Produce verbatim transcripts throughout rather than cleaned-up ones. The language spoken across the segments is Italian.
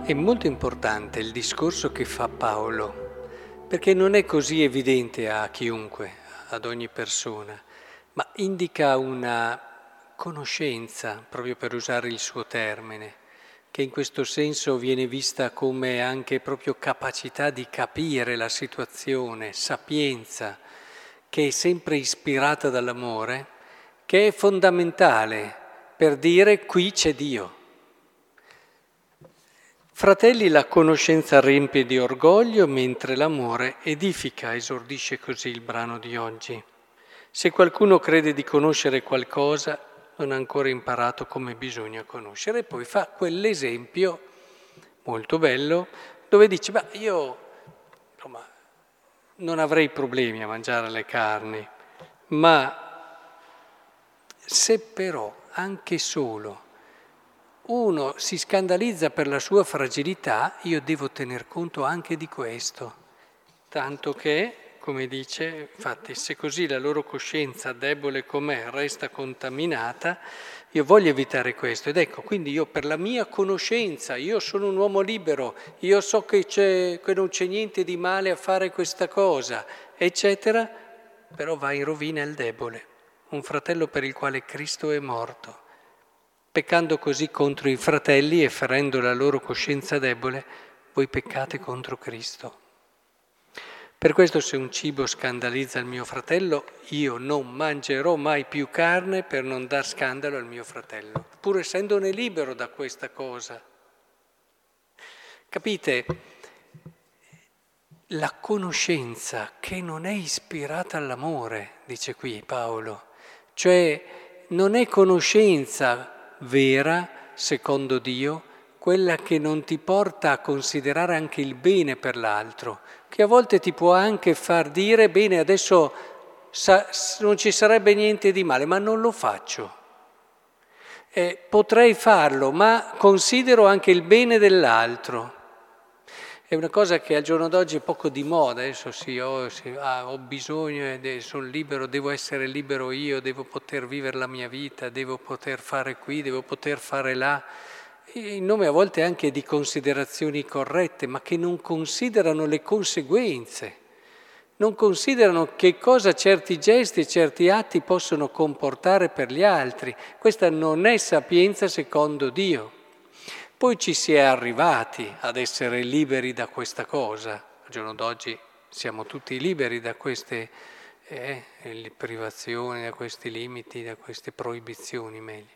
È molto importante il discorso che fa Paolo, perché non è così evidente a chiunque, ad ogni persona, ma indica una conoscenza, proprio per usare il suo termine, che in questo senso viene vista come anche proprio capacità di capire la situazione, sapienza, che è sempre ispirata dall'amore, che è fondamentale per dire qui c'è Dio. Fratelli, la conoscenza riempie di orgoglio, mentre l'amore edifica, esordisce così il brano di oggi. Se qualcuno crede di conoscere qualcosa, non ha ancora imparato come bisogna conoscere. E poi fa quell'esempio molto bello dove dice, ma io insomma, non avrei problemi a mangiare le carni, ma se però anche solo uno si scandalizza per la sua fragilità, io devo tener conto anche di questo, tanto che, come dice, infatti, se così la loro coscienza, debole com'è, resta contaminata, io voglio evitare questo. Ed ecco, quindi io per la mia conoscenza, io sono un uomo libero, io so che, c'è, che non c'è niente di male a fare questa cosa, eccetera, però va in rovina il debole, un fratello per il quale Cristo è morto. Peccando così contro i fratelli e ferendo la loro coscienza debole, voi peccate contro Cristo. Per questo se un cibo scandalizza il mio fratello, io non mangerò mai più carne per non dar scandalo al mio fratello, pur essendone libero da questa cosa. Capite? La conoscenza che non è ispirata all'amore, dice qui Paolo, cioè non è conoscenza vera, secondo Dio, quella che non ti porta a considerare anche il bene per l'altro, che a volte ti può anche far dire, bene, adesso sa, non ci sarebbe niente di male, ma non lo faccio. Eh, potrei farlo, ma considero anche il bene dell'altro. È una cosa che al giorno d'oggi è poco di moda, adesso sì, ho, sì, ah, ho bisogno, sono libero, devo essere libero io, devo poter vivere la mia vita, devo poter fare qui, devo poter fare là, in nome a volte anche di considerazioni corrette, ma che non considerano le conseguenze, non considerano che cosa certi gesti e certi atti possono comportare per gli altri. Questa non è sapienza secondo Dio. Poi ci si è arrivati ad essere liberi da questa cosa. Al giorno d'oggi siamo tutti liberi da queste eh, privazioni, da questi limiti, da queste proibizioni, meglio.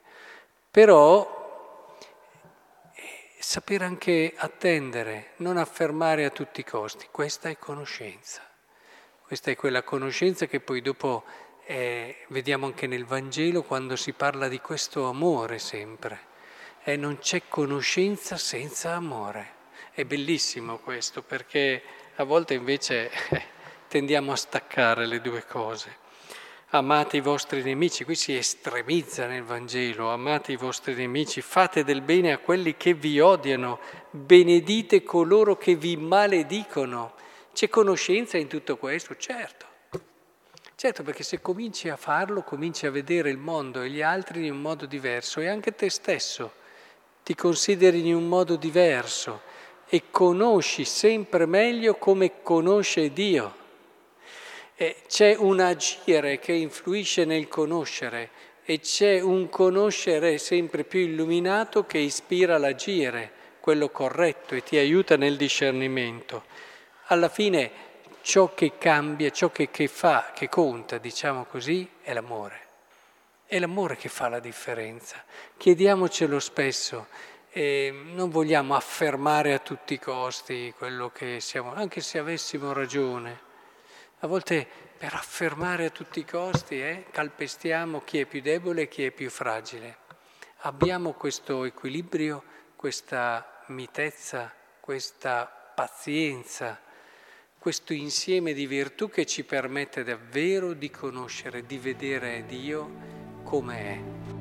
Però eh, sapere anche attendere, non affermare a tutti i costi, questa è conoscenza. Questa è quella conoscenza che poi dopo eh, vediamo anche nel Vangelo quando si parla di questo amore sempre. E non c'è conoscenza senza amore. È bellissimo questo, perché a volte invece eh, tendiamo a staccare le due cose. Amate i vostri nemici, qui si estremizza nel Vangelo, amate i vostri nemici, fate del bene a quelli che vi odiano, benedite coloro che vi maledicono. C'è conoscenza in tutto questo? Certo. Certo, perché se cominci a farlo, cominci a vedere il mondo e gli altri in un modo diverso e anche te stesso. Ti consideri in un modo diverso e conosci sempre meglio come conosce Dio. E c'è un agire che influisce nel conoscere e c'è un conoscere sempre più illuminato che ispira l'agire, quello corretto, e ti aiuta nel discernimento. Alla fine ciò che cambia, ciò che, che fa, che conta, diciamo così, è l'amore. È l'amore che fa la differenza. Chiediamocelo spesso. Eh, non vogliamo affermare a tutti i costi quello che siamo, anche se avessimo ragione. A volte per affermare a tutti i costi eh, calpestiamo chi è più debole e chi è più fragile. Abbiamo questo equilibrio, questa mitezza, questa pazienza, questo insieme di virtù che ci permette davvero di conoscere, di vedere Dio come è.